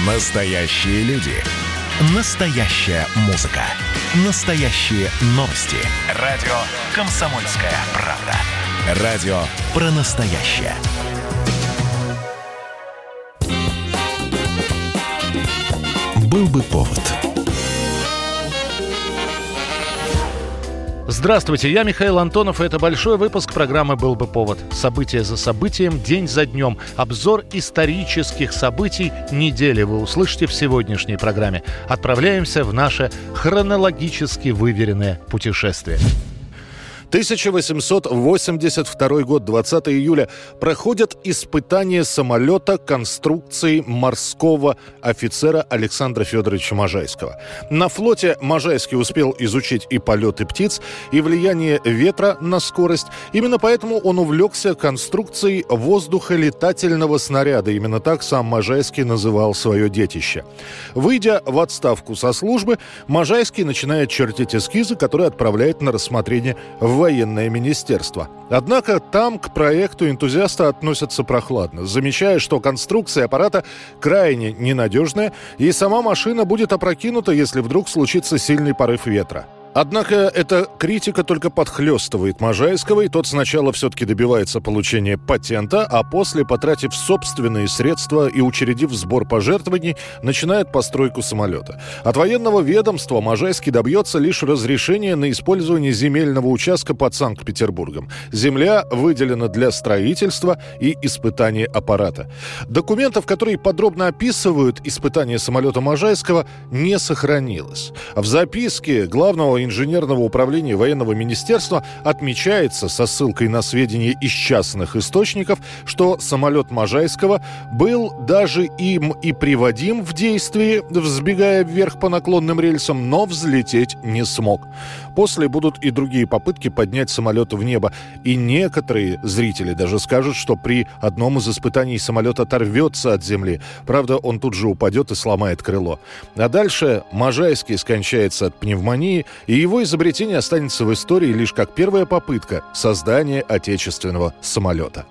Настоящие люди. Настоящая музыка. Настоящие новости. Радио «Комсомольская правда». Радио про настоящее. Был бы повод. Здравствуйте, я Михаил Антонов, и это большой выпуск программы «Был бы повод». События за событием, день за днем. Обзор исторических событий недели вы услышите в сегодняшней программе. Отправляемся в наше хронологически выверенное путешествие. 1882 год, 20 июля. Проходят испытания самолета конструкции морского офицера Александра Федоровича Можайского. На флоте Можайский успел изучить и полеты птиц, и влияние ветра на скорость. Именно поэтому он увлекся конструкцией воздухолетательного снаряда. Именно так сам Можайский называл свое детище. Выйдя в отставку со службы, Можайский начинает чертить эскизы, которые отправляет на рассмотрение в военное министерство. Однако там к проекту энтузиасты относятся прохладно, замечая, что конструкция аппарата крайне ненадежная, и сама машина будет опрокинута, если вдруг случится сильный порыв ветра. Однако эта критика только подхлестывает Можайского, и тот сначала все-таки добивается получения патента, а после, потратив собственные средства и учредив сбор пожертвований, начинает постройку самолета. От военного ведомства Можайский добьется лишь разрешения на использование земельного участка под Санкт-Петербургом. Земля выделена для строительства и испытания аппарата. Документов, которые подробно описывают испытания самолета Можайского, не сохранилось. В записке главного инженерного управления военного министерства отмечается со ссылкой на сведения из частных источников, что самолет Можайского был даже им и приводим в действие, взбегая вверх по наклонным рельсам, но взлететь не смог. После будут и другие попытки поднять самолет в небо, и некоторые зрители даже скажут, что при одном из испытаний самолет оторвется от земли. Правда, он тут же упадет и сломает крыло. А дальше Можайский скончается от пневмонии, и его изобретение останется в истории лишь как первая попытка создания отечественного самолета.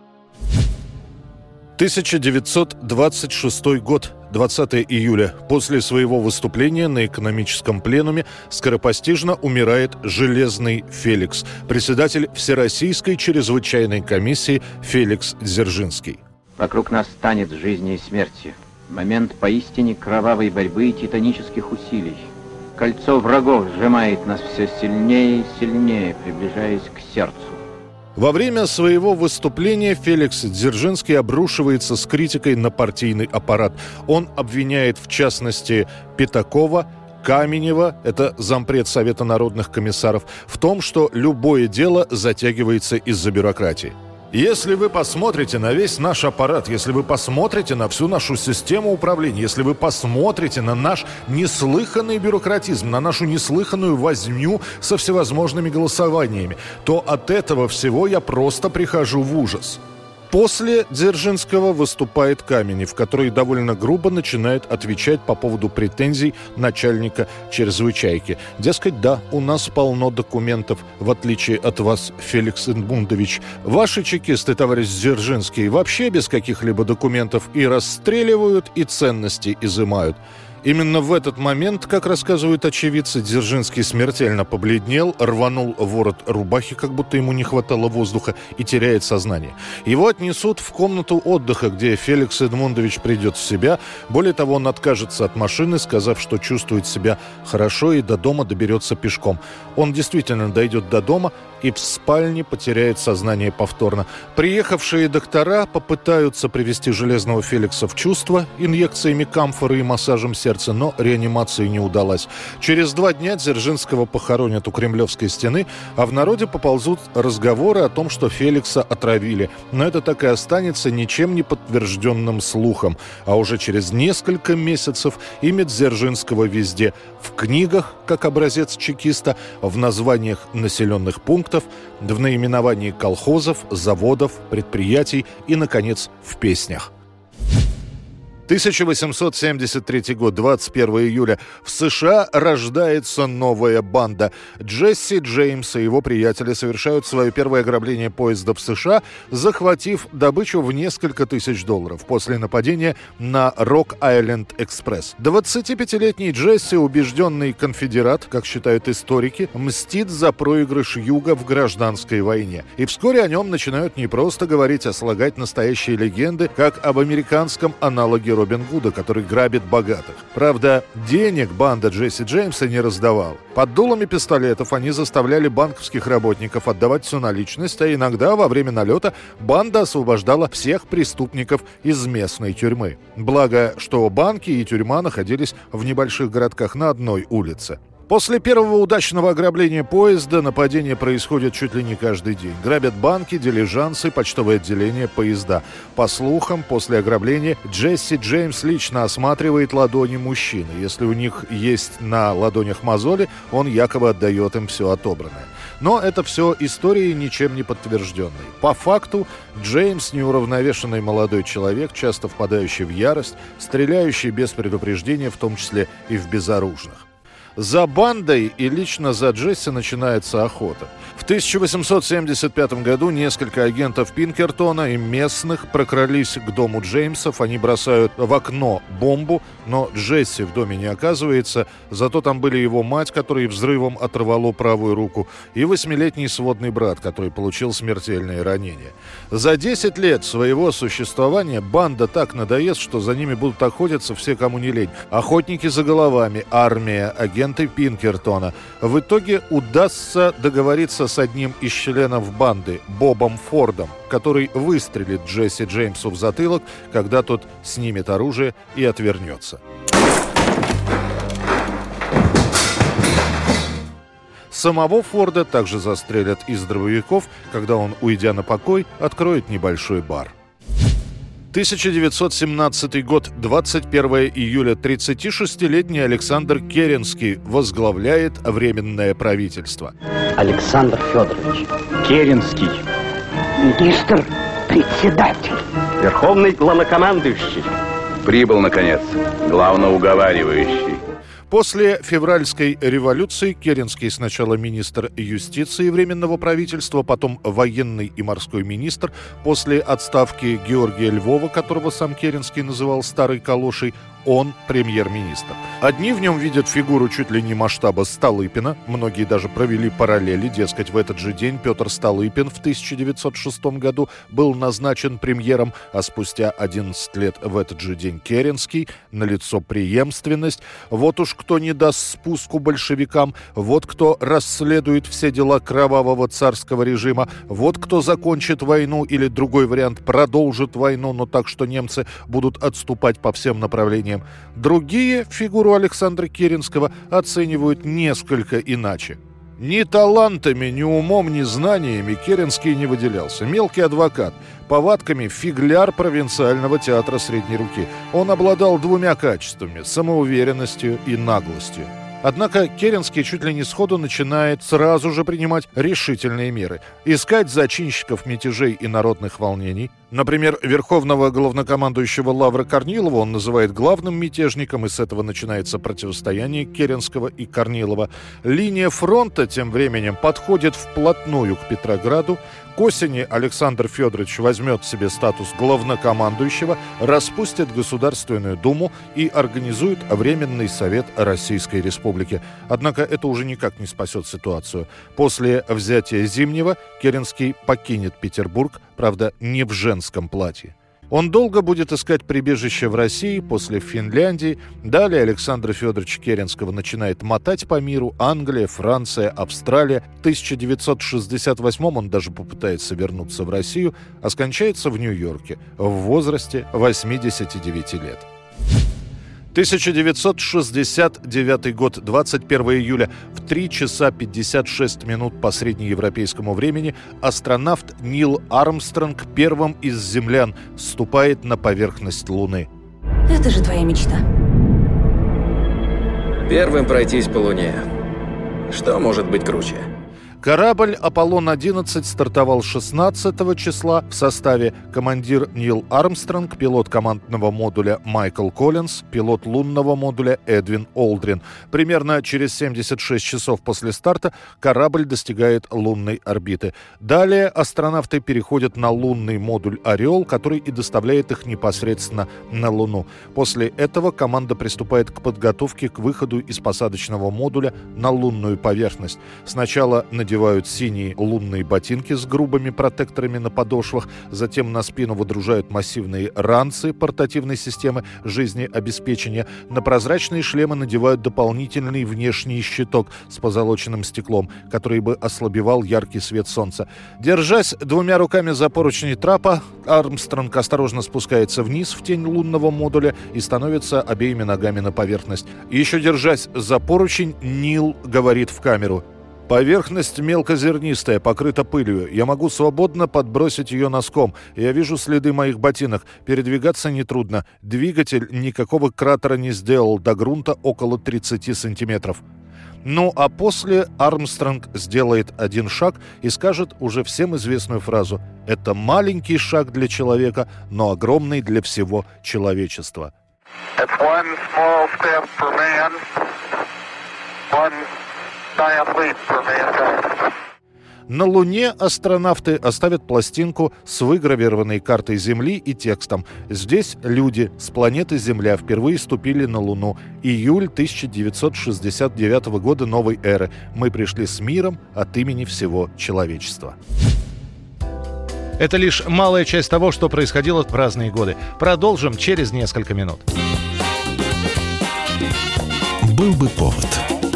1926 год, 20 июля. После своего выступления на экономическом пленуме скоропостижно умирает Железный Феликс, председатель Всероссийской чрезвычайной комиссии Феликс Дзержинский. Вокруг нас танец жизни и смерти. Момент поистине кровавой борьбы и титанических усилий. Кольцо врагов сжимает нас все сильнее и сильнее, приближаясь к сердцу. Во время своего выступления Феликс Дзержинский обрушивается с критикой на партийный аппарат. Он обвиняет, в частности, Пятакова, Каменева, это зампред Совета народных комиссаров, в том, что любое дело затягивается из-за бюрократии. Если вы посмотрите на весь наш аппарат, если вы посмотрите на всю нашу систему управления, если вы посмотрите на наш неслыханный бюрократизм, на нашу неслыханную возню со всевозможными голосованиями, то от этого всего я просто прихожу в ужас. После Дзержинского выступает Каменев, который довольно грубо начинает отвечать по поводу претензий начальника чрезвычайки. Дескать, да, у нас полно документов, в отличие от вас, Феликс Эдмундович. Ваши чекисты, товарищ Дзержинский, вообще без каких-либо документов и расстреливают, и ценности изымают. Именно в этот момент, как рассказывают очевидцы, Дзержинский смертельно побледнел, рванул ворот рубахи, как будто ему не хватало воздуха, и теряет сознание. Его отнесут в комнату отдыха, где Феликс Эдмундович придет в себя. Более того, он откажется от машины, сказав, что чувствует себя хорошо и до дома доберется пешком. Он действительно дойдет до дома и в спальне потеряет сознание повторно. Приехавшие доктора попытаются привести Железного Феликса в чувство инъекциями камфоры и массажем сердца, но реанимации не удалась. Через 2 дня Дзержинского похоронят у Кремлевской стены, а в народе поползут разговоры о том, что Феликса отравили. Но это так и останется ничем не подтвержденным слухом. А уже через несколько месяцев имя Дзержинского везде. В книгах, как образец чекиста, в названиях населенных пунктов, в наименовании колхозов, заводов, предприятий и, наконец, в песнях. 1873 год, 21 июля. В США рождается новая банда. Джесси Джеймс и его приятели совершают свое первое ограбление поезда в США, захватив добычу в несколько тысяч долларов после нападения на Рок-Айленд-экспресс. 25-летний Джесси, убежденный конфедерат, как считают историки, мстит за проигрыш Юга в гражданской войне. И вскоре о нем начинают не просто говорить, а слагать настоящие легенды, как об американском аналоге Робин Гуда, который грабит богатых. Правда, денег банда Джесси Джеймса не раздавала. Под дулами пистолетов они заставляли банковских работников отдавать всю наличность, а иногда во время налета банда освобождала всех преступников из местной тюрьмы. Благо, что банки и тюрьма находились в небольших городках на одной улице. После первого удачного ограбления поезда нападения происходят чуть ли не каждый день. Грабят банки, дилижансы, почтовые отделения, поезда. По слухам, после ограбления Джесси Джеймс лично осматривает ладони мужчины. Если у них есть на ладонях мозоли, он якобы отдает им все отобранное. Но это все истории, ничем не подтвержденные. По факту, Джеймс – неуравновешенный молодой человек, часто впадающий в ярость, стреляющий без предупреждения, в том числе и в безоружных. За бандой и лично за Джесси начинается охота. В 1875 году несколько агентов Пинкертона и местных прокрались к дому Джеймсов. Они бросают в окно бомбу, но Джесси в доме не оказывается. Зато там были его мать, которой взрывом оторвало правую руку, и 8-летний сводный брат, который получил смертельные ранения. За 10 лет своего существования банда так надоест, что за ними будут охотиться все, кому не лень. Охотники за головами, армия, агенты Пинкертона. В итоге удастся договориться с одним из членов банды, Бобом Фордом, который выстрелит Джесси Джеймсу в затылок, когда тот снимет оружие и отвернется. Самого Форда также застрелят из дробовиков, когда он, уйдя на покой, откроет небольшой бар. 1917 год, 21 июля. 36-летний Александр Керенский возглавляет Временное правительство. Александр Федорович. Керенский. Министр-председатель. Верховный главнокомандующий. Прибыл, наконец, главноуговаривающий. После февральской революции Керенский сначала министр юстиции Временного правительства, потом военный и морской министр. После отставки Георгия Львова, которого сам Керенский называл «старой калошей», он премьер-министр. Одни в нем видят фигуру чуть ли не масштаба Столыпина. Многие даже провели параллели. Дескать, в этот же день Петр Столыпин в 1906 году был назначен премьером, а спустя 11 лет в этот же день Керенский. Налицо преемственность. Вот уж кто не даст спуску большевикам, вот кто расследует все дела кровавого царского режима, вот кто закончит войну или, другой вариант, продолжит войну, но так, что немцы будут отступать по всем направлениям. Другие фигуру Александра Керенского оценивают несколько иначе. Ни талантами, ни умом, ни знаниями Керенский не выделялся. Мелкий адвокат, повадками фигляр провинциального театра средней руки. Он обладал двумя качествами – самоуверенностью и наглостью. Однако Керенский чуть ли не сходу начинает сразу же принимать решительные меры. Искать зачинщиков мятежей и народных волнений. Например, верховного главнокомандующего Лавра Корнилова он называет главным мятежником, и с этого начинается противостояние Керенского и Корнилова. Линия фронта тем временем подходит вплотную к Петрограду. К осени Александр Федорович возьмет себе статус главнокомандующего, распустит Государственную Думу и организует Временный Совет Российской Республики. Однако это уже никак не спасет ситуацию. После взятия Зимнего Керенский покинет Петербург, правда, не в женском платье. Он долго будет искать прибежище в России, после в Финляндии. Далее Александра Федоровича Керенского начинает мотать по миру: Англия, Франция, Австралия. В 1968 он даже попытается вернуться в Россию, а скончается в Нью-Йорке в возрасте 89 лет. 1969 год, 21 июля, в 3 часа 56 минут по среднеевропейскому времени астронавт Нил Армстронг первым из землян ступает на поверхность Луны. Это же твоя мечта. Первым пройтись по Луне. Что может быть круче? Корабль «Аполлон-11» стартовал 16 числа в составе командир Нил Армстронг, пилот командного модуля Майкл Коллинз, пилот лунного модуля Эдвин Олдрин. Примерно через 76 часов после старта корабль достигает лунной орбиты. Далее астронавты переходят на лунный модуль «Орел», который и доставляет их непосредственно на Луну. После этого команда приступает к подготовке к выходу из посадочного модуля на лунную поверхность. Сначала надевают синие лунные ботинки с грубыми протекторами на подошвах, затем на спину водружают массивные ранцы портативной системы жизнеобеспечения. На прозрачные шлемы надевают дополнительный внешний щиток с позолоченным стеклом, который бы ослабевал яркий свет солнца. Держась двумя руками за поручни трапа, Армстронг осторожно спускается вниз в тень лунного модуля и становится обеими ногами на поверхность. Еще держась за поручень, Нил говорит в камеру: «Поверхность мелкозернистая, покрыта пылью. Я могу свободно подбросить ее носком. Я вижу следы моих ботинок. Передвигаться нетрудно. Двигатель никакого кратера не сделал. До грунта около 30 сантиметров». Ну а после Армстронг сделает один шаг и скажет уже всем известную фразу: «Это маленький шаг для человека, но огромный для всего человечества». На Луне астронавты оставят пластинку с выгравированной картой Земли и текстом: «Здесь люди с планеты Земля впервые ступили на Луну. Июль 1969 года новой эры. Мы пришли с миром от имени всего человечества». Это лишь малая часть того, что происходило в разные годы. Продолжим через несколько минут. Был бы повод.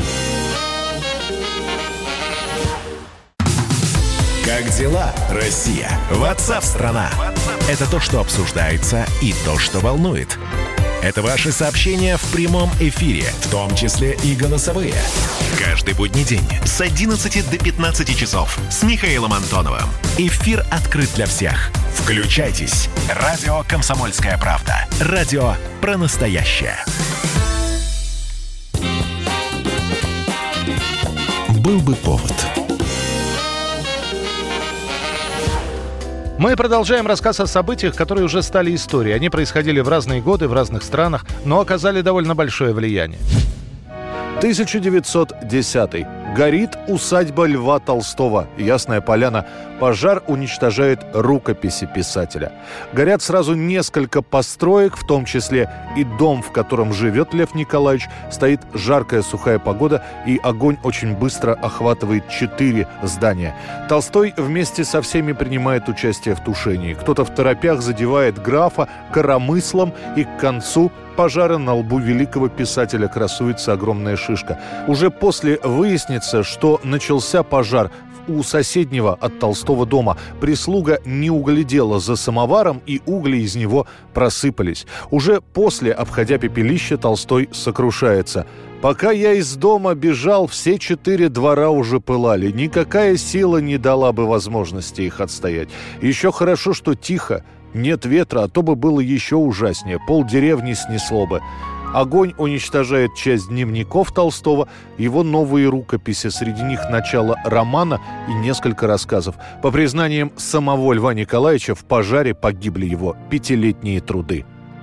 Как дела, Россия? WhatsApp-страна! Это то, что обсуждается, и то, что волнует. Это ваши сообщения в прямом эфире, в том числе и голосовые. Каждый будний день с 11 до 15 часов с Михаилом Антоновым. Эфир открыт для всех. Включайтесь. Радио «Комсомольская правда». Радио про настоящее. Был бы повод. Мы продолжаем рассказ о событиях, которые уже стали историей. Они происходили в разные годы, в разных странах, но оказали довольно большое влияние. 1910. Горит усадьба Льва Толстого. Ясная Поляна. Пожар уничтожает рукописи писателя. Горят сразу несколько построек, в том числе и дом, в котором живет Лев Николаевич. Стоит жаркая сухая погода, и огонь очень быстро охватывает 4 здания. Толстой вместе со всеми принимает участие в тушении. Кто-то второпях задевает графа коромыслом, и к концу пожара на лбу великого писателя красуется огромная шишка. Уже после выяснится, что начался пожар у соседнего от Толстого дома. Прислуга не углядела за самоваром, и угли из него просыпались. Уже после, обходя пепелище, Толстой сокрушается: «Пока я из дома бежал, все 4 двора уже пылали. Никакая сила не дала бы возможности их отстоять. Еще хорошо, что тихо. Нет ветра, а то бы было еще ужаснее. Полдеревни снесло бы». Огонь уничтожает часть дневников Толстого, его новые рукописи, среди них начало романа и несколько рассказов. По признаниям самого Льва Николаевича, в пожаре погибли его 5-летние труды.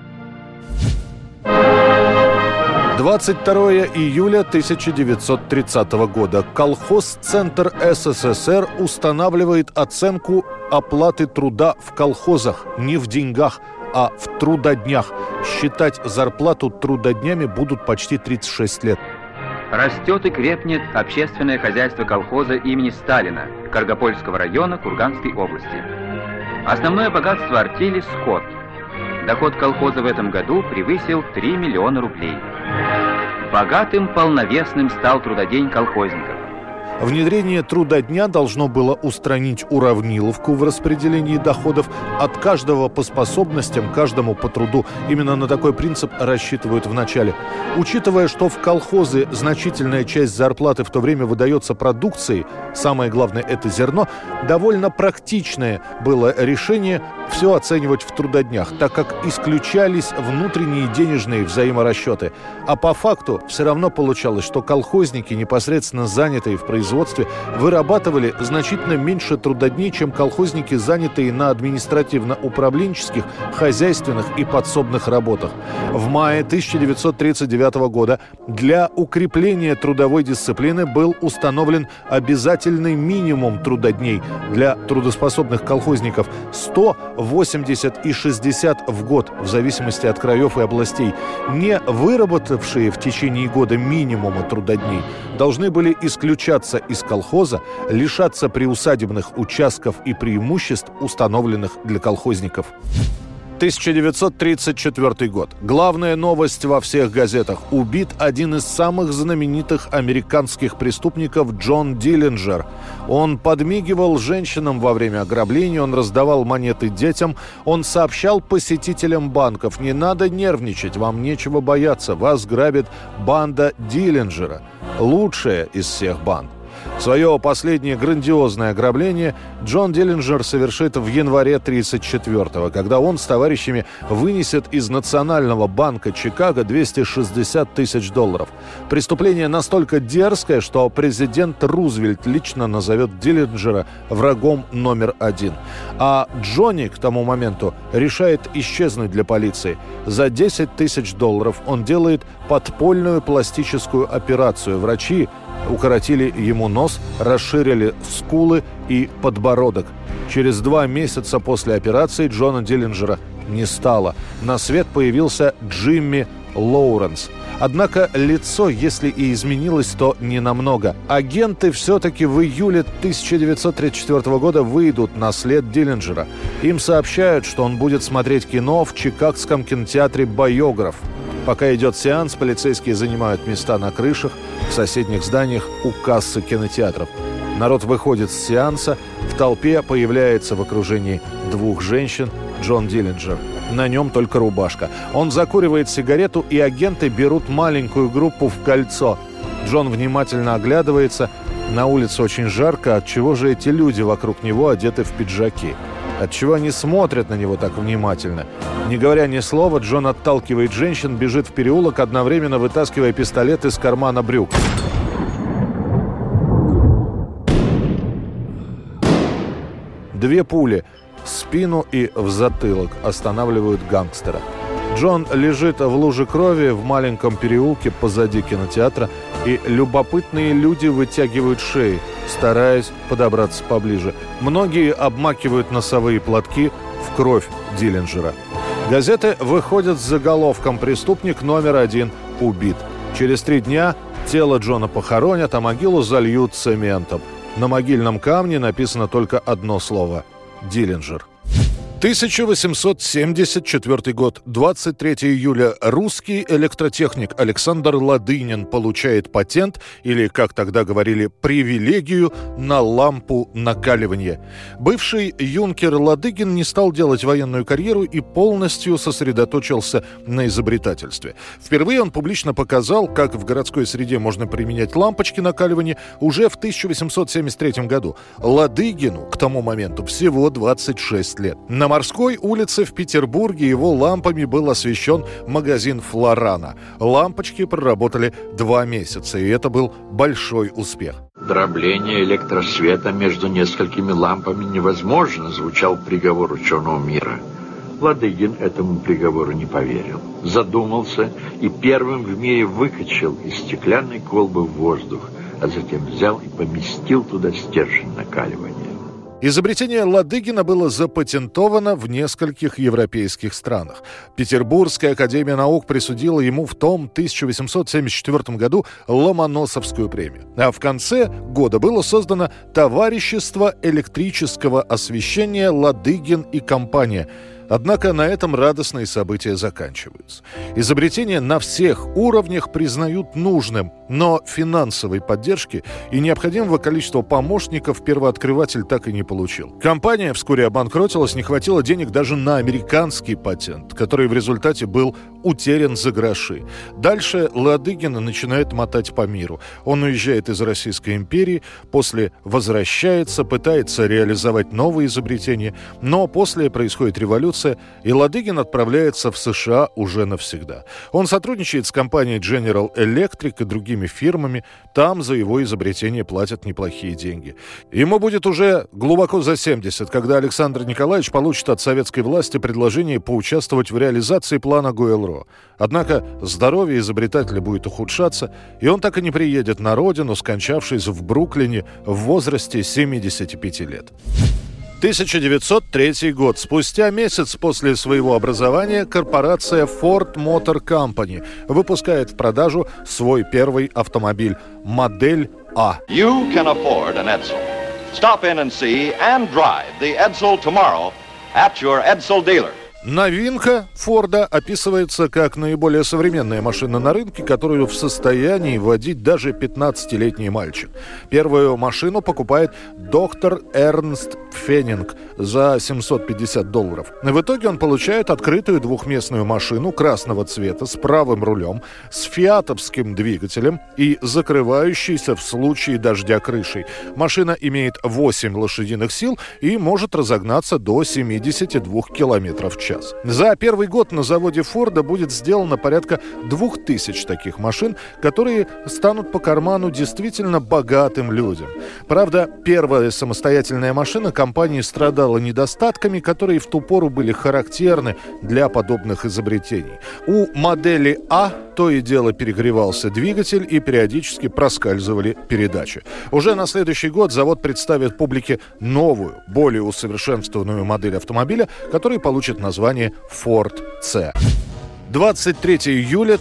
22 июля 1930 года. Колхоз-центр СССР устанавливает оценку оплаты труда в колхозах не в деньгах, а в трудоднях. Считать зарплату трудоднями будут почти 36 лет. Растет и крепнет общественное хозяйство колхоза имени Сталина Каргопольского района Курганской области. Основное богатство артели – скот. Доход колхоза в этом году превысил 3 миллиона рублей. Богатым полновесным стал трудодень колхозников. Внедрение трудодня должно было устранить уравниловку в распределении доходов от каждого по способностям, каждому по труду. Именно на такой принцип рассчитывают в начале. Учитывая, что в колхозы значительная часть зарплаты в то время выдается продукцией, самое главное – это зерно, довольно практичное было решение все оценивать в трудоднях, так как исключались внутренние денежные взаиморасчеты. А по факту все равно получалось, что колхозники, непосредственно занятые в производстве вырабатывали значительно меньше трудодней, чем колхозники, занятые на административно-управленческих, хозяйственных и подсобных работах. В мае 1939 года для укрепления трудовой дисциплины был установлен обязательный минимум трудодней для трудоспособных колхозников – 100, 80 и 60 в год, в зависимости от краев и областей. Не выработавшие в течение года минимума трудодней должны были исключаться из колхоза, лишаться приусадебных участков и преимуществ, установленных для колхозников. 1934 год. Главная новость во всех газетах. Убит один из самых знаменитых американских преступников Джон Диллинджер. Он подмигивал женщинам во время ограбления, он раздавал монеты детям, он сообщал посетителям банков: «Не надо нервничать, вам нечего бояться, вас грабит банда Диллинджера». Лучшая из всех банд. Свое последнее грандиозное ограбление Джон Диллинджер совершит в январе 1934-го, когда он с товарищами вынесет из Национального банка Чикаго $260 тысяч. Преступление настолько дерзкое, что президент Рузвельт лично назовет Диллинджера врагом номер один. А Джонни к тому моменту решает исчезнуть для полиции. За $10 тысяч он делает подпольную пластическую операцию. Врачи укоротили ему нос, расширили скулы и подбородок. Через 2 месяца после операции Джона Диллинджера не стало. На свет появился Джимми Лоуренс. Однако лицо, если и изменилось, то ненамного. Агенты все-таки в июле 1934 года выйдут на след Диллинджера. Им сообщают, что он будет смотреть кино в Чикагском кинотеатре «Биограф». Пока идет сеанс, полицейские занимают места на крышах, в соседних зданиях у кассы кинотеатров. Народ выходит с сеанса, в толпе появляется в окружении 2 женщин Джон Диллинджер. На нем только рубашка. Он закуривает сигарету, и агенты берут маленькую группу в кольцо. Джон внимательно оглядывается. На улице очень жарко, отчего же эти люди вокруг него одеты в пиджаки? Отчего они смотрят на него так внимательно? Не говоря ни слова, Джон отталкивает женщин, бежит в переулок, одновременно вытаскивая пистолет из кармана брюк. Две пули в спину и в затылок останавливают гангстера. Джон лежит в луже крови в маленьком переулке позади кинотеатра, и любопытные люди вытягивают шеи, стараясь подобраться поближе. Многие обмакивают носовые платки в кровь Диллинджера. Газеты выходят с заголовком «Преступник номер 1 убит». Через 3 дня тело Джона похоронят, а могилу зальют цементом. На могильном камне написано только одно слово – «Диллинджер». 1874 год, 23 июля. Русский электротехник Александр Ладынин получает патент, или, как тогда говорили, привилегию на лампу накаливания. Бывший юнкер Ладыгин не стал делать военную карьеру и полностью сосредоточился на изобретательстве. Впервые он публично показал, как в городской среде можно применять лампочки накаливания уже в 1873 году. Ладыгину к тому моменту всего 26 лет. На Морской улице в Петербурге его лампами был освещен магазин «Флорана». Лампочки проработали 2 месяца, и это был большой успех. Дробление электросвета между несколькими лампами невозможно, звучал приговор ученого мира. Ладыгин этому приговору не поверил. Задумался и первым в мире выкачал из стеклянной колбы воздух, а затем взял и поместил туда стержень накаливания. Изобретение Ладыгина было запатентовано в нескольких европейских странах. Петербургская академия наук присудила ему в том 1874 году Ломоносовскую премию. А в конце года было создано Товарищество электрического освещения «Ладыгин и компания». Однако на этом радостные события заканчиваются. Изобретение на всех уровнях признают нужным, но финансовой поддержки и необходимого количества помощников первооткрыватель так и не получил. Компания вскоре обанкротилась, не хватило денег даже на американский патент, который в результате был утерян за гроши. Дальше Ладыгин начинает мотать по миру. Он уезжает из Российской империи, после возвращается, пытается реализовать новые изобретения, но после происходит революция, революция, и Ладыгин отправляется в США уже навсегда. Он сотрудничает с компанией General Electric и другими фирмами. Там за его изобретение платят неплохие деньги. Ему будет уже глубоко за 70, когда Александр Николаевич получит от советской власти предложение поучаствовать в реализации плана Гойл-Ро. Однако здоровье изобретателя будет ухудшаться, и он так и не приедет на родину, скончавшись в Бруклине в возрасте 75 лет. 1903 год. Спустя месяц после своего образования корпорация Ford Motor Company выпускает в продажу свой первый автомобиль – модель А. You can afford an Edsel. Stop in and see and drive the Edsel tomorrow at your Edsel dealer. Новинка Форда описывается как наиболее современная машина на рынке, которую в состоянии водить даже 15-летний мальчик. Первую машину покупает доктор Эрнст Пфенинг за $750. В итоге он получает открытую двухместную машину красного цвета с правым рулем, с фиатовским двигателем и закрывающейся в случае дождя крышей. Машина имеет 8 лошадиных сил и может разогнаться до 72 км в час. За первый год на заводе Форда будет сделано порядка 2000 таких машин, которые станут по карману действительно богатым людям. Правда, первая самостоятельная машина компании страдала недостатками, которые в ту пору были характерны для подобных изобретений. У модели А то и дело перегревался двигатель и периодически проскальзывали передачи. Уже на следующий год завод представит публике новую, более усовершенствованную модель автомобиля, который получит название Ford C. 23 июля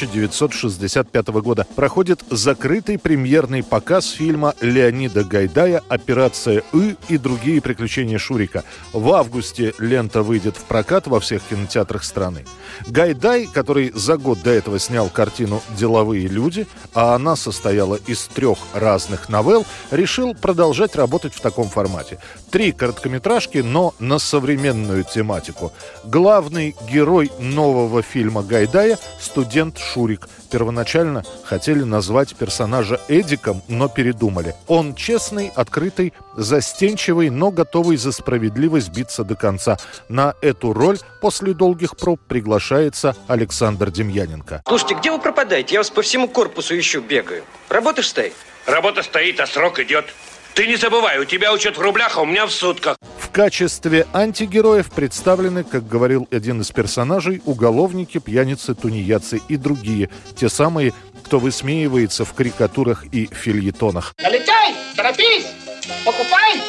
1965 года проходит закрытый премьерный показ фильма Леонида Гайдая «Операция И» и другие приключения Шурика. В августе лента выйдет в прокат во всех кинотеатрах страны. Гайдай, который за год до этого снял картину «Деловые люди», а она состояла из 3 разных новелл, решил продолжать работать в таком формате. 3 короткометражки, но на современную тематику. Главный герой нового фильма Гайдая – студент Шурик. Первоначально хотели назвать персонажа Эдиком, но передумали. Он честный, открытый, застенчивый, но готовый за справедливость биться до конца. На эту роль после долгих проб приглашается Александр Демьяненко. Слушайте, где вы пропадаете? Я вас по всему корпусу ищу, бегаю. Работа стоит? Работа стоит, а срок идет. Ты не забывай, у тебя учет в рублях, а у меня в сутках. В качестве антигероев представлены, как говорил один из персонажей, уголовники, пьяницы, тунеядцы и другие. Те самые, кто высмеивается в карикатурах и фельетонах. Налетай, торопись, покупай,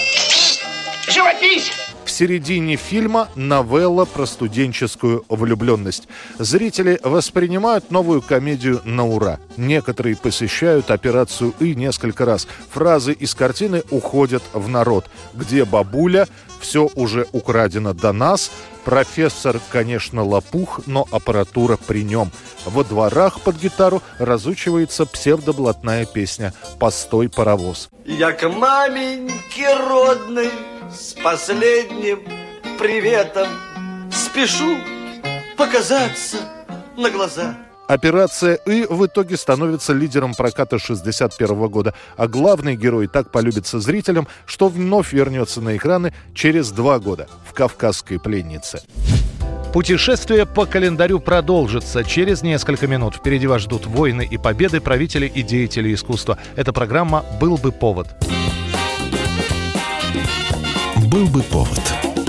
живопись. В середине фильма новелла про студенческую влюбленность. Зрители воспринимают новую комедию на ура. Некоторые посещают «Операцию И» несколько раз. Фразы из картины уходят в народ. Где бабуля? Все уже украдено до нас. Профессор, конечно, лопух, но аппаратура при нем. Во дворах под гитару разучивается псевдоблатная песня «Постой, паровоз». Я к маменьке родной с последним приветом спешу показаться на глаза. «Операция И» в итоге становится лидером проката 1961 года, а главный герой так полюбится зрителям, что вновь вернется на экраны через 2 года в «Кавказской пленнице». Путешествие по календарю продолжится через несколько минут. Впереди вас ждут войны и победы правителей и деятелей искусства. Эта программа «Был бы повод». «Был бы повод».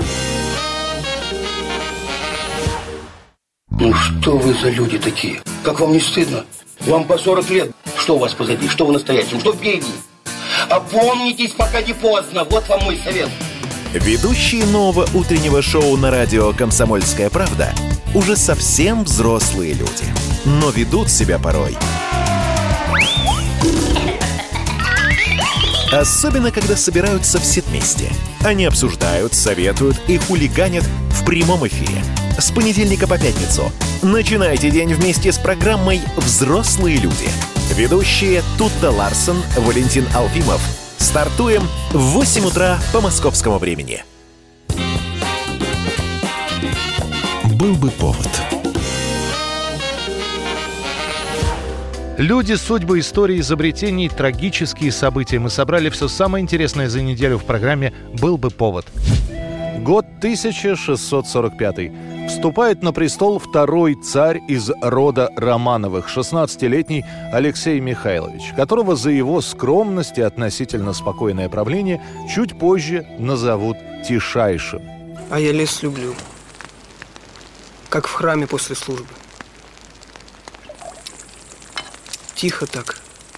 Ну что вы за люди такие? Как вам не стыдно? Вам по 40 лет. Что у вас позади? Что вы настоящем? Что впереди? Опомнитесь, пока не поздно. Вот вам мой совет. Ведущие нового утреннего шоу на радио «Комсомольская правда» уже совсем взрослые люди, но ведут себя порой. Особенно, когда собираются все вместе. Они обсуждают, советуют и хулиганят в прямом эфире. С понедельника по пятницу. Начинайте день вместе с программой «Взрослые люди». Ведущие Тутта Ларсон, Валентин Алфимов. Стартуем в 8 утра по московскому времени. «Был бы повод». Люди, судьбы, истории, изобретений, трагические события. Мы собрали все самое интересное за неделю в программе «Был бы повод». Год 1645. Вступает на престол второй царь из рода Романовых, 16-летний Алексей Михайлович, которого за его скромность и относительно спокойное правление чуть позже назовут Тишайшим. А я лес люблю, как в храме после службы. Тихо так.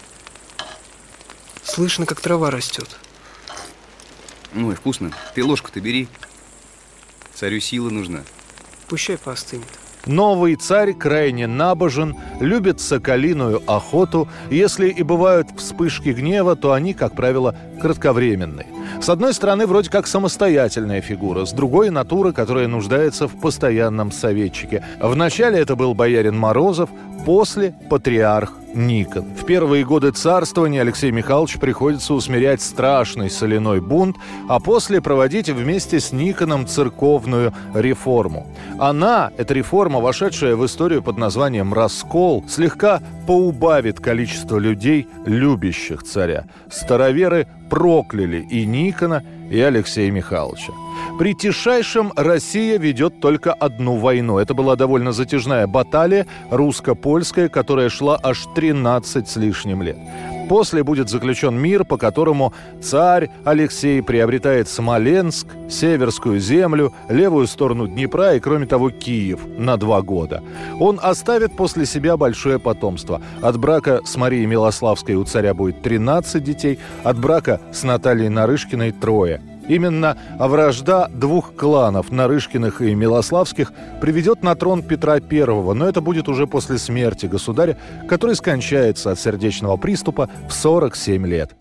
Слышно, как трава растет. Ну и вкусно. Ты ложку-то бери. Царю сила нужна. Пущай поостынет. Новый царь крайне набожен, любит соколиную охоту. Если и бывают вспышки гнева, то они, как правило, кратковременные. С одной стороны, вроде как самостоятельная фигура, с другой – натура, которая нуждается в постоянном советчике. Вначале это был боярин Морозов, после – патриарх Никон. В первые годы царствования Алексею Михайловичу приходится усмирять страшный соляной бунт, а после проводить вместе с Никоном церковную реформу. Она, эта реформа, вошедшая в историю под названием «Раскол», слегка поубавит количество людей, любящих царя. Староверы прокляли и Никона, и Алексея Михайловича. При Тишайшем Россия ведет только одну войну. Это была довольно затяжная баталия, русско-польская, которая шла аж 13 с лишним лет. После будет заключен мир, по которому царь Алексей приобретает Смоленск, Северскую землю, левую сторону Днепра и, кроме того, Киев на 2 года. Он оставит после себя большое потомство. От брака с Марией Милославской у царя будет 13 детей, от брака с Натальей Нарышкиной 3. Именно вражда двух кланов, Нарышкиных и Милославских, приведет на трон Петра I, но это будет уже после смерти государя, который скончается от сердечного приступа в 47 лет.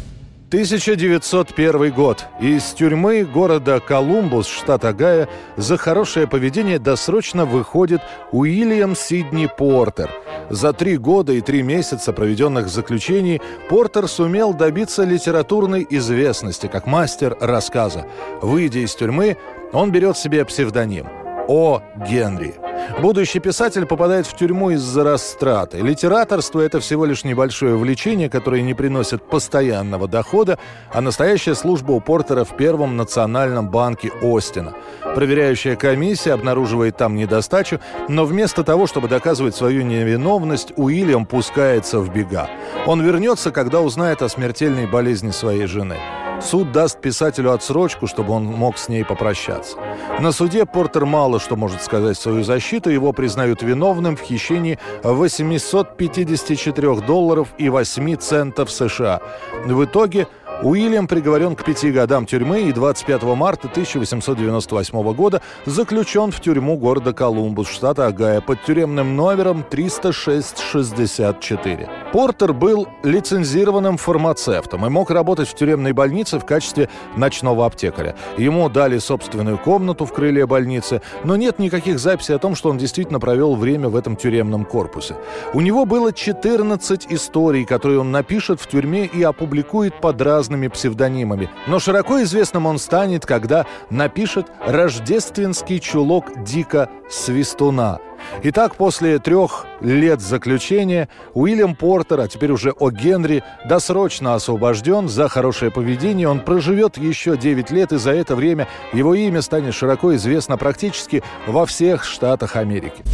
1901 год. Из тюрьмы города Колумбус, штат Огайо, за хорошее поведение досрочно выходит Уильям Сидни Портер. За 3 года и 3 месяца, проведенных в заключении, Портер сумел добиться литературной известности как мастер рассказа. Выйдя из тюрьмы, он берет себе псевдоним – О. Генри. Будущий писатель попадает в тюрьму из-за растраты. Литераторство – это всего лишь небольшое увлечение, которое не приносит постоянного дохода, а настоящая служба у Портера в Первом национальном банке Остина. Проверяющая комиссия обнаруживает там недостачу, но вместо того, чтобы доказывать свою невиновность, Уильям пускается в бега. Он вернется, когда узнает о смертельной болезни своей жены. Суд даст писателю отсрочку, чтобы он мог с ней попрощаться. На суде Портер мало что может сказать в свою защиту. Его признают виновным в хищении $854.08 США. В итоге Уильям приговорен к 5 годам тюрьмы и 25 марта 1898 года заключен в тюрьму города Колумбус, штата Огайо, под тюремным номером 306-64. Портер был лицензированным фармацевтом и мог работать в тюремной больнице в качестве ночного аптекаря. Ему дали собственную комнату в крыле больницы, но нет никаких записей о том, что он действительно провел время в этом тюремном корпусе. У него было 14 историй, которые он напишет в тюрьме и опубликует под разными псевдонимами. Но широко известным он станет, когда напишет «Рождественский чулок Дика Свистуна». Итак, после 3 лет заключения Уильям Портер, а теперь уже О. Генри, досрочно освобожден за хорошее поведение. Он проживет еще 9 лет, и за это время его имя станет широко известно практически во всех штатах Америки.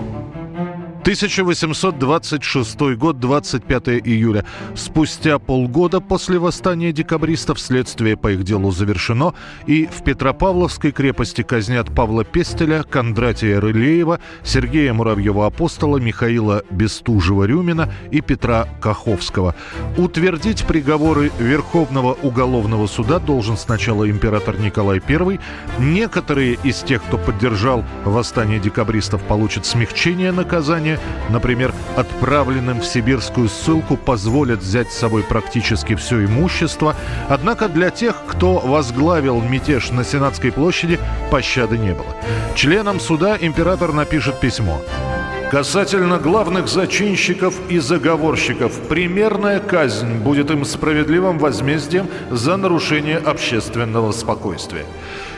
1826 год, 25 июля. Спустя полгода после восстания декабристов следствие по их делу завершено, и в Петропавловской крепости казнят Павла Пестеля, Кондратия Рылеева, Сергея Муравьева-Апостола, Михаила Бестужева-Рюмина и Петра Каховского. Утвердить приговоры Верховного уголовного суда должен сначала император Николай I. Некоторые из тех, кто поддержал восстание декабристов, получат смягчение наказания. Например, отправленным в сибирскую ссылку позволят взять с собой практически все имущество. Однако для тех, кто возглавил мятеж на Сенатской площади, пощады не было. Членам суда император напишет письмо. Касательно главных зачинщиков и заговорщиков, примерная казнь будет им справедливым возмездием за нарушение общественного спокойствия.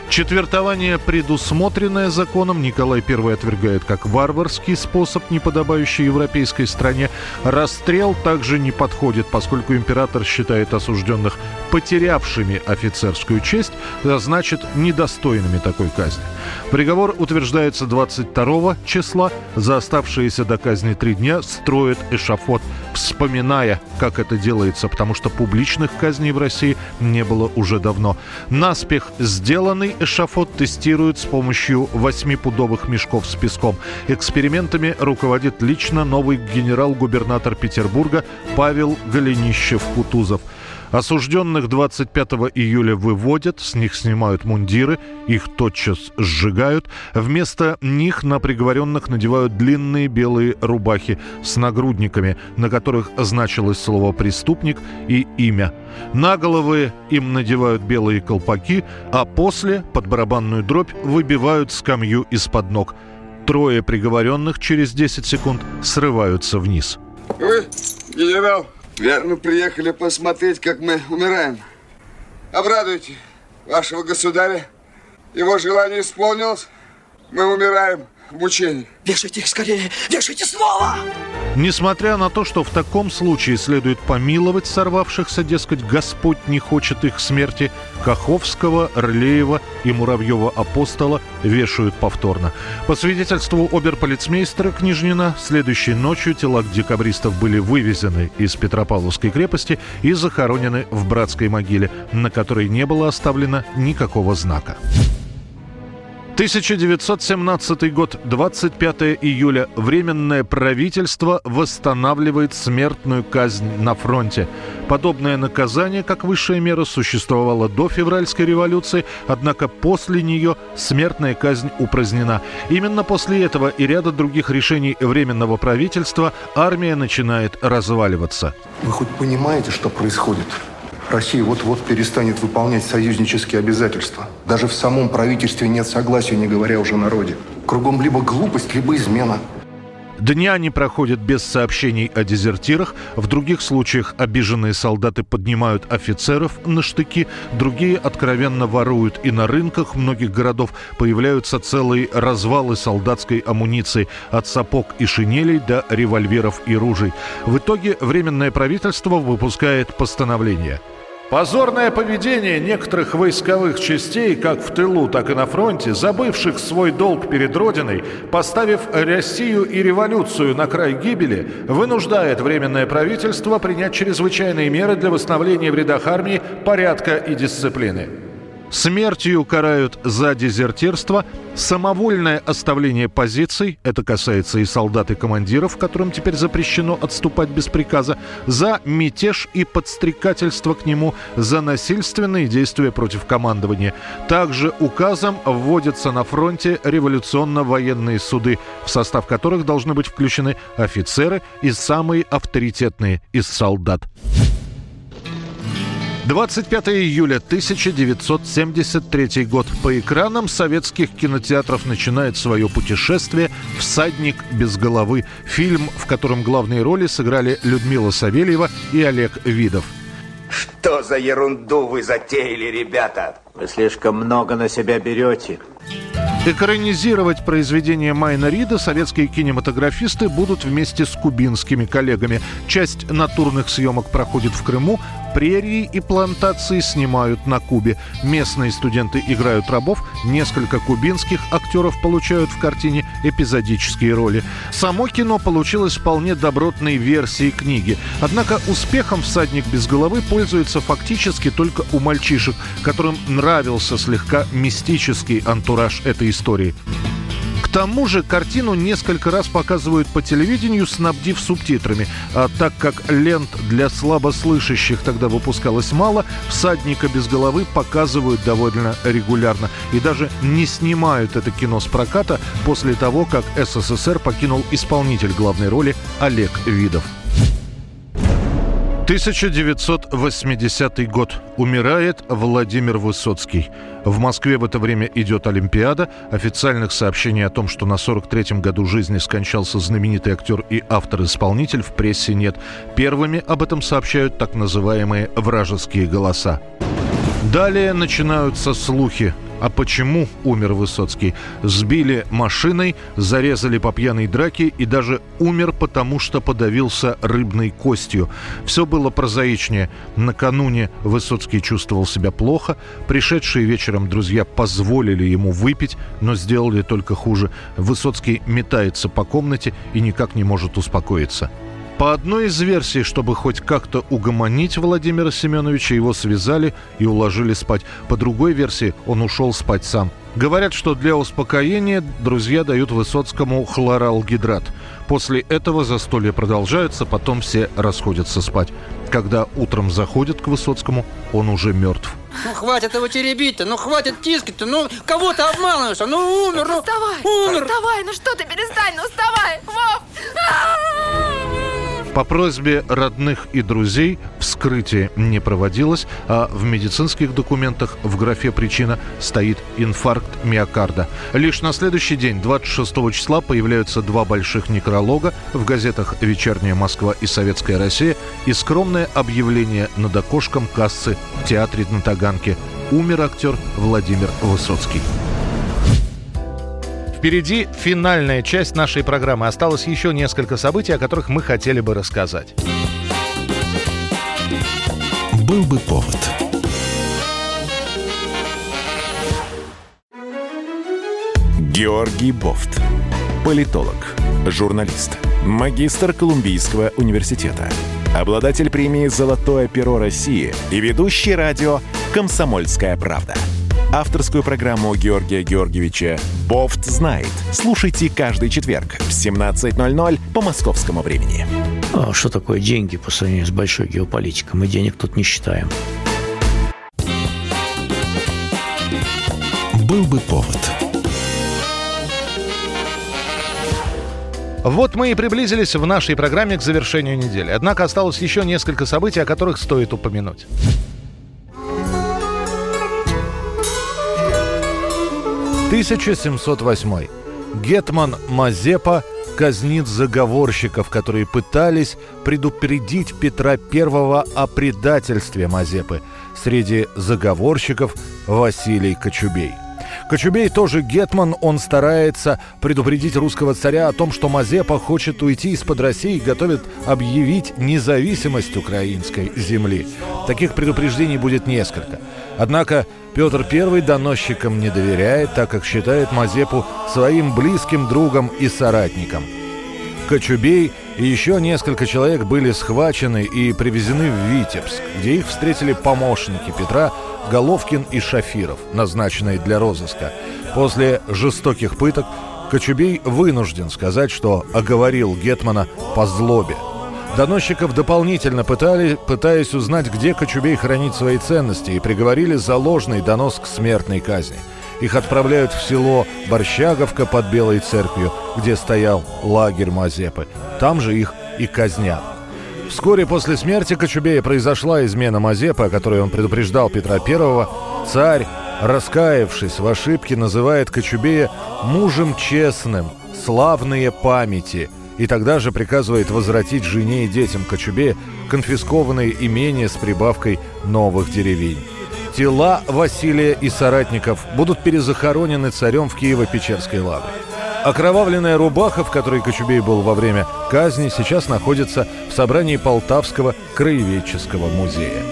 Четвертование, предусмотренное законом, Николай I отвергает как варварский способ, не подобающий европейской стране. Расстрел также не подходит, поскольку император считает осужденных потерявшими офицерскую честь, а значит, недостойными такой казни. Приговор утверждается 22 числа. За оставшиеся до казни 3 дня строят эшафот, вспоминая, как это делается, потому что публичных казней в России не было уже давно. Наспех сделанный эшафот тестируют с помощью 8-пудовых мешков с песком. Экспериментами руководит лично новый генерал-губернатор Петербурга Павел Голенищев-Кутузов. Осужденных 25 июля выводят, с них снимают мундиры, их тотчас сжигают. Вместо них на приговоренных надевают длинные белые рубахи с нагрудниками, на которых значилось слово «преступник» и имя. На головы им надевают белые колпаки, а после под барабанную дробь выбивают скамью из-под ног. 3 приговоренных через 10 секунд срываются вниз. Вы, генерал, верно приехали посмотреть, как мы умираем. Обрадуйте вашего государя. Его желание исполнилось. Мы умираем в мучении. Вешайте их скорее! Вешайте снова! Несмотря на то, что в таком случае следует помиловать сорвавшихся, дескать, Господь не хочет их смерти, Каховского, Рылеева и Муравьева-Апостола вешают повторно. По свидетельству оберполицмейстера Княжнина, следующей ночью тела декабристов были вывезены из Петропавловской крепости и захоронены в братской могиле, на которой не было оставлено никакого знака. 1917 год, 25 июля. Временное правительство восстанавливает смертную казнь на фронте. Подобное наказание, как высшая мера, существовало до февральской революции, однако после нее смертная казнь упразднена. Именно после этого и ряда других решений Временного правительства армия начинает разваливаться. Вы хоть понимаете, что происходит? Россия вот-вот перестанет выполнять союзнические обязательства. Даже в самом правительстве нет согласия, не говоря уже о народе. Кругом либо глупость, либо измена. Дня не проходят без сообщений о дезертирах. В других случаях обиженные солдаты поднимают офицеров на штыки, другие откровенно воруют. И на рынках многих городов появляются целые развалы солдатской амуниции, от сапог и шинелей до револьверов и ружей. В итоге Временное правительство выпускает постановление. Позорное поведение некоторых войсковых частей, как в тылу, так и на фронте, забывших свой долг перед Родиной, поставив Россию и революцию на край гибели, вынуждает Временное правительство принять чрезвычайные меры для восстановления в рядах армии порядка и дисциплины. Смертью карают за дезертирство, самовольное оставление позиций, это касается и солдат, и командиров, которым теперь запрещено отступать без приказа, за мятеж и подстрекательство к нему, за насильственные действия против командования. Также указом вводятся на фронте революционно-военные суды, в состав которых должны быть включены офицеры и самые авторитетные из солдат. 25 июля 1973 год. По экранам советских кинотеатров начинает свое путешествие «Всадник без головы». Фильм, в котором главные роли сыграли Людмила Савельева и Олег Видов. Что за ерунду вы затеяли, ребята? Вы слишком много на себя берете. Экранизировать произведение Майна Рида советские кинематографисты будут вместе с кубинскими коллегами. Часть натурных съемок проходит в Крыму, прерии и плантации снимают на Кубе. Местные студенты играют рабов, несколько кубинских актеров получают в картине эпизодические роли. Само кино получилось вполне добротной версией книги. Однако успехом «Всадник без головы» пользуется фактически только у мальчишек, которым нравился слегка мистический антураж этой истории. К тому же картину несколько раз показывают по телевидению, снабдив субтитрами. А так как лент для слабослышащих тогда выпускалось мало, «Всадника без головы» показывают довольно регулярно. И даже не снимают это кино с проката после того, как СССР покинул исполнитель главной роли Олег Видов. 1980 год. Умирает Владимир Высоцкий. В Москве в это время идет Олимпиада. Официальных сообщений о том, что на 43-м году жизни скончался знаменитый актер и автор-исполнитель, в прессе нет. Первыми об этом сообщают так называемые «вражеские голоса». Далее начинаются слухи. А почему умер Высоцкий? Сбили машиной, зарезали по пьяной драке и даже умер, потому что подавился рыбной костью. Все было прозаичнее. Накануне Высоцкий чувствовал себя плохо. Пришедшие вечером друзья позволили ему выпить, но сделали только хуже. Высоцкий метается по комнате и никак не может успокоиться. По одной из версий, чтобы хоть как-то угомонить Владимира Семеновича, его связали и уложили спать. По другой версии, он ушел спать сам. Говорят, что для успокоения друзья дают Высоцкому хлоралгидрат. После этого застолья продолжаются, потом все расходятся спать. Когда утром заходят к Высоцкому, он уже мертв. Ну, хватит его теребить-то, ну, хватит тискать-то, ну, кого ты обманываешь? Ну, умер, ну, умер. Вставай, ну что ты, перестань, ну, вставай, Вов! По просьбе родных и друзей вскрытие не проводилось, а в медицинских документах в графе «Причина» стоит инфаркт миокарда. Лишь на следующий день, 26 числа, появляются два больших некролога в газетах «Вечерняя Москва» и «Советская Россия» и скромное объявление над окошком кассы в театре на Таганке. Умер актер Владимир Высоцкий. Впереди финальная часть нашей программы. Осталось еще несколько событий, о которых мы хотели бы рассказать. Был бы повод. Георгий Бофт. Политолог, журналист, магистр Колумбийского университета, обладатель премии «Золотое перо России» и ведущий радио «Комсомольская правда». Авторскую программу Георгия Георгиевича «Бофт знает». Слушайте каждый четверг в 17:00 по московскому времени. А что такое деньги по сравнению с большой геополитикой? Мы денег тут не считаем. Был бы повод. Вот мы и приблизились в нашей программе к завершению недели. Однако осталось еще несколько событий, о которых стоит упомянуть. 1708. Гетман Мазепа казнит заговорщиков, которые пытались предупредить Петра I о предательстве Мазепы. Среди заговорщиков Василий Кочубей. Кочубей тоже гетман, он старается предупредить русского царя о том, что Мазепа хочет уйти из-под России и готовит объявить независимость украинской земли. Таких предупреждений будет несколько. Однако Петр I доносчикам не доверяет, так как считает Мазепу своим близким другом и соратником. Кочубей и еще несколько человек были схвачены и привезены в Витебск, где их встретили помощники Петра Головкин и Шафиров, назначенные для розыска. После жестоких пыток Кочубей вынужден сказать, что оговорил гетмана по злобе. Доносчиков дополнительно пытали, пытаясь узнать, где Кочубей хранит свои ценности, и приговорили за ложный донос к смертной казни. Их отправляют в село Борщаговка под Белой церковью, где стоял лагерь Мазепы. Там же их и казнят. Вскоре после смерти Кочубея произошла измена Мазепы, о которой он предупреждал Петра I. Царь, раскаявшись в ошибке, называет Кочубея мужем честным, славные памяти, и тогда же приказывает возвратить жене и детям Кочубея конфискованные имения с прибавкой новых деревень. Тела Василия и соратников будут перезахоронены царем в Киево-Печерской лавре. Окровавленная рубаха, в которой Кочубей был во время казни, сейчас находится в собрании Полтавского краеведческого музея.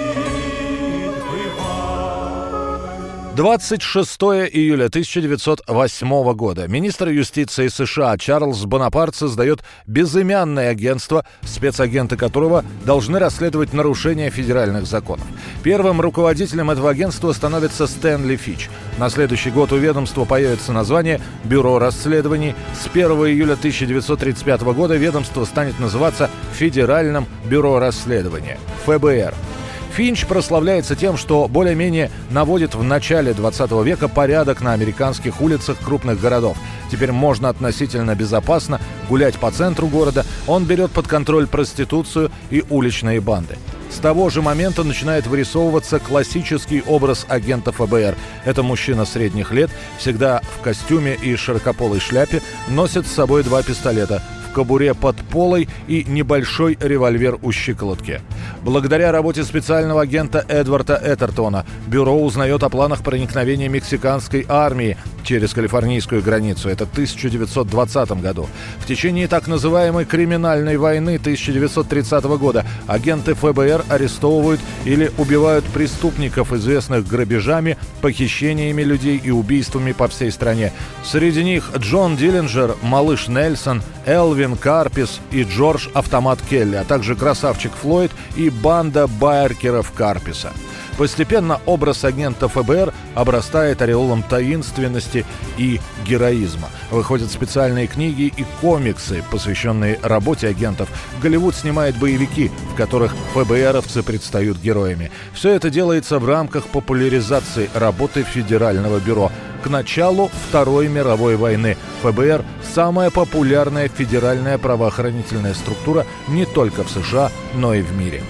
26 июля 1908 года министр юстиции США Чарльз Бонапарт создает безымянное агентство, спецагенты которого должны расследовать нарушения федеральных законов. Первым руководителем этого агентства становится Стэнли Фич. На следующий год у ведомства появится название «Бюро расследований». С 1 июля 1935 года ведомство станет называться Федеральным бюро расследования – ФБР. Финч прославляется тем, что более-менее наводит в начале 20 века порядок на американских улицах крупных городов. Теперь можно относительно безопасно гулять по центру города. Он берет под контроль проституцию и уличные банды. С того же момента начинает вырисовываться классический образ агента ФБР. Это мужчина средних лет, всегда в костюме и широкополой шляпе, носит с собой два пистолета. в кобуре под полой и небольшой револьвер у щиколотки. Благодаря работе специального агента Эдварда Этертона бюро узнает о планах проникновения мексиканской армии через калифорнийскую границу. Это в 1920 году. В течение так называемой криминальной войны 1930 года агенты ФБР арестовывают или убивают преступников, известных грабежами, похищениями людей и убийствами по всей стране. Среди них Джон Диллинджер, Малыш Нельсон, Элвин Карпис и Джордж Автомат Келли, а также Красавчик Флойд и банда байкеров Карписа. Постепенно образ агента ФБР обрастает ореолом таинственности и героизма. Выходят специальные книги и комиксы, посвященные работе агентов. Голливуд снимает боевики, в которых ФБРовцы предстают героями. Все это делается в рамках популяризации работы Федерального бюро. К началу Второй мировой войны ФБР – самая популярная федеральная правоохранительная структура не только в США, но и в мире.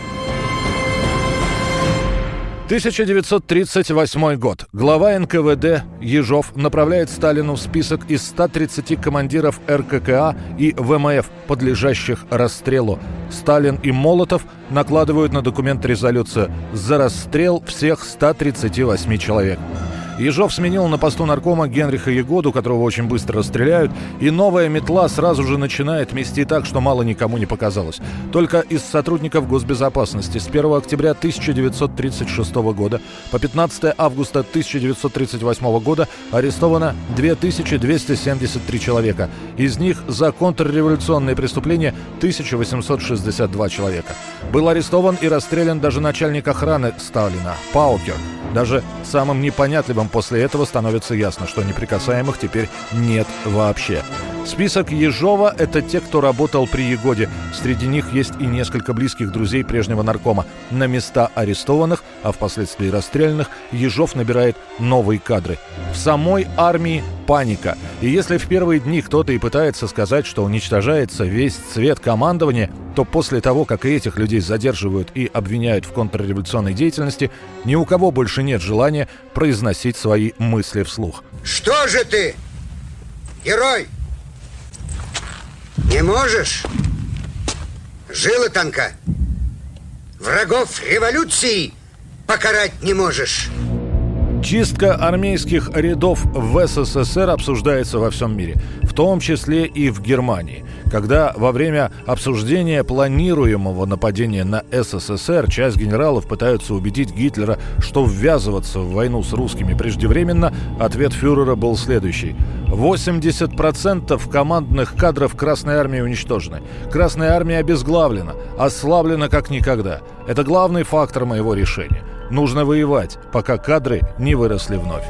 1938 год. Глава НКВД Ежов направляет Сталину список из 130 командиров РККА и ВМФ, подлежащих расстрелу. Сталин и Молотов накладывают на документ резолюцию за расстрел всех 138 человек. Ежов сменил на посту наркома Генриха Ягоду, которого очень быстро расстреляют, и новая метла сразу же начинает мести так, что мало никому не показалось. Только из сотрудников госбезопасности с 1 октября 1936 года по 15 августа 1938 года арестовано 2273 человека. Из них за контрреволюционные преступления 1862 человека. Был арестован и расстрелян даже начальник охраны Сталина, Паукер. Даже самым непонятливым после этого становится ясно, что неприкасаемых теперь нет вообще. Список Ежова – это те, кто работал при Ягоде. Среди них есть и несколько близких друзей прежнего наркома. На места арестованных, а впоследствии расстрелянных, Ежов набирает новые кадры. В самой армии паника. И если в первые дни кто-то и пытается сказать, что уничтожается весь цвет командования, то после того, как и этих людей задерживают и обвиняют в контрреволюционной деятельности, ни у кого больше нет желания произносить свои мысли вслух. Что же ты, герой? Не можешь? Жила тонка. Врагов революции покарать не можешь. Чистка армейских рядов в СССР обсуждается во всем мире, в том числе и в Германии. Когда во время обсуждения планируемого нападения на СССР часть генералов пытаются убедить Гитлера, что ввязываться в войну с русскими преждевременно, ответ фюрера был следующий. 80% командных кадров Красной Армии уничтожены. Красная Армия обезглавлена, ослаблена как никогда. Это главный фактор моего решения. Нужно воевать, пока кадры не выросли вновь.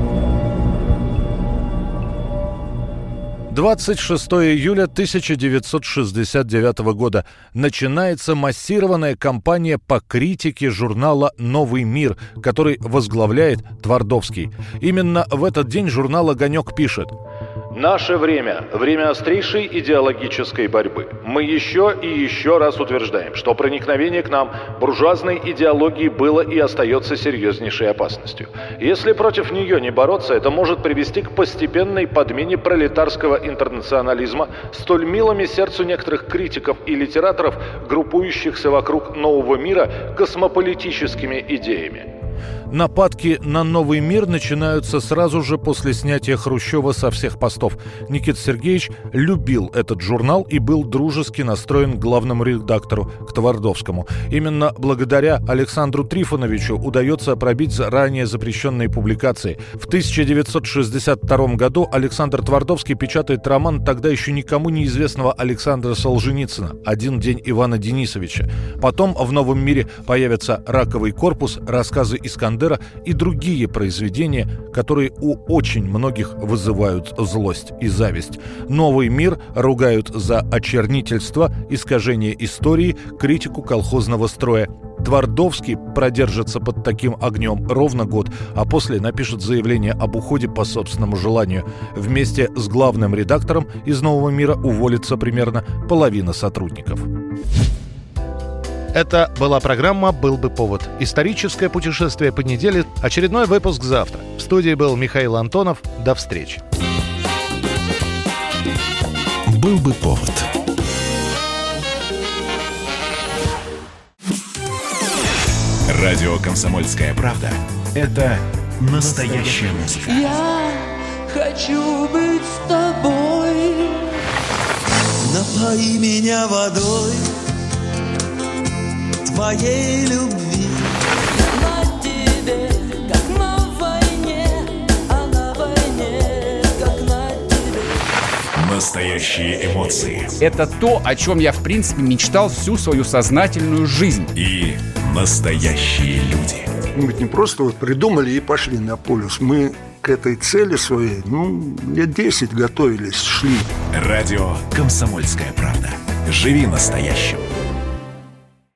26 июля 1969 года начинается массированная кампания по критике журнала «Новый мир», который возглавляет Твардовский. Именно в этот день журнал «Огонек» пишет: «Наше время – время острейшей идеологической борьбы. Мы еще и еще раз утверждаем, что проникновение к нам буржуазной идеологии было и остается серьезнейшей опасностью. Если против нее не бороться, это может привести к постепенной подмене пролетарского интернационализма столь милыми сердцу некоторых критиков и литераторов, группующихся вокруг нового мира космополитическими идеями». Нападки на новый мир начинаются сразу же после снятия Хрущева со всех постов. Никита Сергеевич любил этот журнал и был дружески настроен к главному редактору, к Твардовскому. Именно благодаря Александру Трифоновичу удается пробить ранее запрещенные публикации. В 1962 году Александр Твардовский печатает роман тогда еще никому неизвестного Александра Солженицына «Один день Ивана Денисовича». Потом в «Новом мире» появятся «Раковый корпус», рассказы Искандера и другие произведения, которые у очень многих вызывают злость и зависть. «Новый мир» ругают за очернительство, искажение истории, критику колхозного строя. Твардовский продержится под таким огнем ровно год, а после напишет заявление об уходе по собственному желанию. Вместе с главным редактором из «Нового мира» уволится примерно половина сотрудников. Это была программа «Был бы повод». Историческое путешествие по неделе. Очередной выпуск завтра. В студии был Михаил Антонов. До встречи. «Был бы повод». Радио «Комсомольская правда» — это настоящая музыка. Я хочу быть с тобой. Напои меня водой твоей любви. На тебе, как на войне, а на войне, как на тебе. Настоящие эмоции. Это то, о чем я, в принципе, мечтал всю свою сознательную жизнь. И настоящие люди. Мы ведь не просто вот придумали и пошли на полюс. Мы к этой цели своей, лет 10 готовились, шли. Радио «Комсомольская правда». Живи настоящим.